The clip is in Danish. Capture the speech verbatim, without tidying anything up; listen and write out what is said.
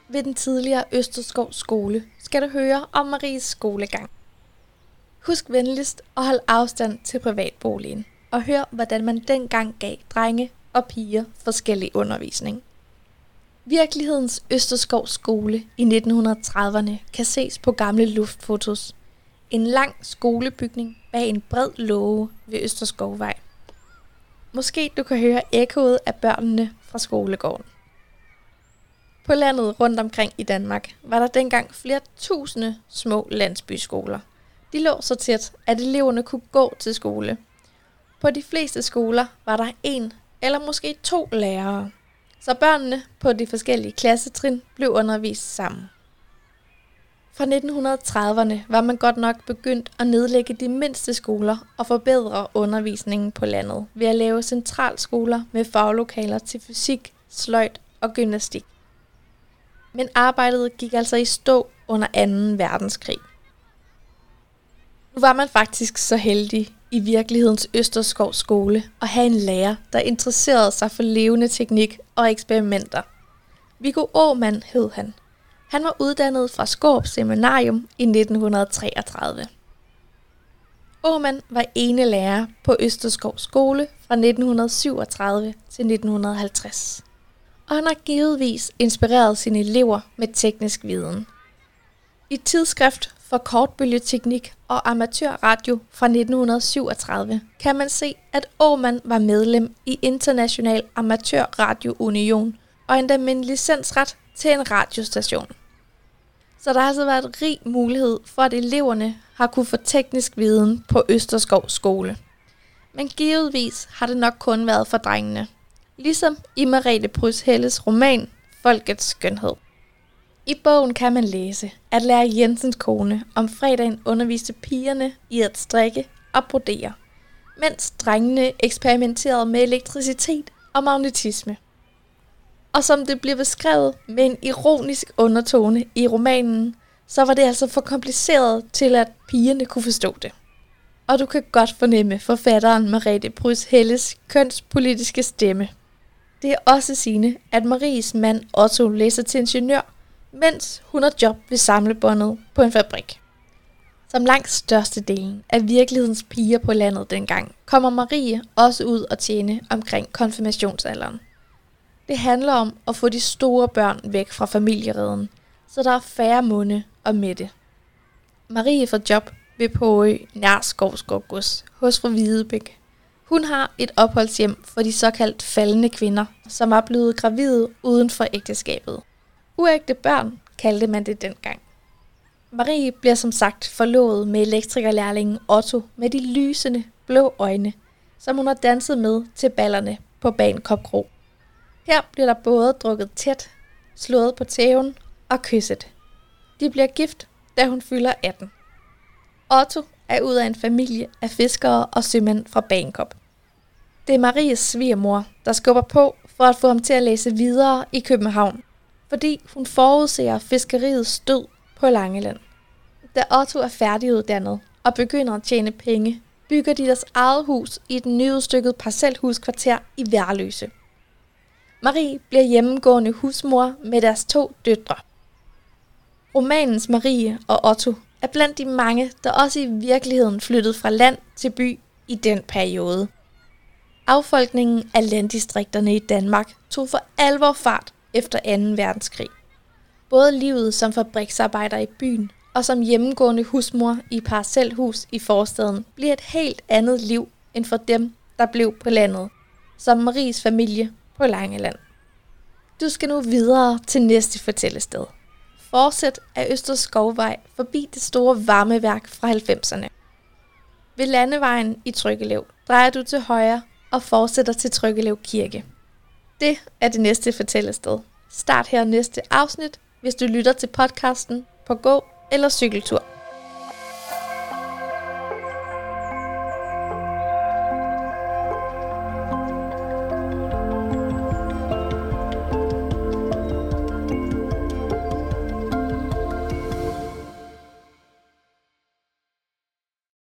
ved den tidligere Østerskov skole skal du høre om Maries skolegang. Husk venligst at holde afstand til privatboligen og hør, hvordan man dengang gav drenge og piger forskellig undervisning. Virkelighedens Østerskov skole i nitten trediverne kan ses på gamle luftfotos. En lang skolebygning bag en bred låge ved Østerskovvej. Måske du kan høre ekkoet af børnene fra skolegården. På landet rundt omkring i Danmark var der dengang flere tusinde små landsbyskoler. De lå så tæt, at eleverne kunne gå til skole. På de fleste skoler var der en eller måske to lærere, så børnene på de forskellige klassetrin blev undervist sammen. Fra nitten trediverne var man godt nok begyndt at nedlægge de mindste skoler og forbedre undervisningen på landet ved at lave centralskoler med faglokaler til fysik, sløjd og gymnastik. Men arbejdet gik altså i stå under anden verdenskrig. Nu var man faktisk så heldig i virkelighedens Østerskov skole at have en lærer, der interesserede sig for levende teknik og eksperimenter. Viggo Aamand hed han. Han var uddannet fra Skårup Seminarium i nitten treogtredive. Aamand var ene lærer på Østerskov skole fra nitten syvogtredive til nitten halvtreds. Og han har givetvis inspireret sine elever med teknisk viden. I Tidsskrift for Kortbølgeteknik og Amatørradio fra nitten syvogtredive kan man se, at Aamand var medlem i International Amatørradio Union og endda med en licensret til en radiostation. Så der har altså været rig mulighed for, at eleverne har kunne få teknisk viden på Østerskov skole. Men givetvis har det nok kun været for drengene. Ligesom i Merete Pryds Helles roman Folkets skønhed. I bogen kan man læse, at lærer Jensens kone om fredagen underviste pigerne i at strikke og brodere, mens drengene eksperimenterede med elektricitet og magnetisme. Og som det bliver beskrevet med en ironisk undertone i romanen, så var det altså for kompliceret til, at pigerne kunne forstå det. Og du kan godt fornemme forfatteren Merete Pryds Helles kønspolitiske stemme. Det er også sigende, at Maries mand Otto læser til ingeniør, mens hun har job ved samlebåndet på en fabrik. Som langt størstedelen af virkelighedens piger på landet dengang, kommer Marie også ud og tjene omkring konfirmationsalderen. Det handler om at få de store børn væk fra familiereden, så der er færre munde og mætte. Marie får job ved Påø nær Skovsgård Gods hos fru Hvidebæk. Hun har et opholdshjem for de såkaldt faldende kvinder, som er blevet gravide uden for ægteskabet. Uægte børn kaldte man det dengang. Marie bliver som sagt forlovet med elektrikerlærlingen Otto med de lysende blå øjne, som hun har danset med til ballerne på Bagenkop Kro. Her bliver der både drukket tæt, slået på tæven og kysset. De bliver gift, da hun fylder atten. Otto er ud af en familie af fiskere og sømænd fra Bagenkop. Det er Maries svigermor, der skubber på for at få ham til at læse videre i København, fordi hun forudser fiskeriets død på Langeland. Da Otto er færdiguddannet og begynder at tjene penge, bygger de deres eget hus i et nyudstykket parcelhuskvarter i Værløse. Marie bliver hjemmegående husmor med deres to døtre. Romanens Marie og Otto er blandt de mange, der også i virkeligheden flyttede fra land til by i den periode. Affolkningen af landdistrikterne i Danmark tog for alvor fart efter anden verdenskrig. Både livet som fabriksarbejder i byen og som hjemmegående husmor i parcelhus i forstaden bliver et helt andet liv end for dem, der blev på landet, som Maries familie på Langeland. Du skal nu videre til næste fortællested. Fortsæt af Østerskovvej forbi det store varmeværk fra halvfemserne. Ved Landevejen i Tryggelev drejer du til højre og fortsætter til Tryggelev Kirke. Det er det næste fortællested. Start her næste afsnit, hvis du lytter til podcasten på gå- eller cykeltur.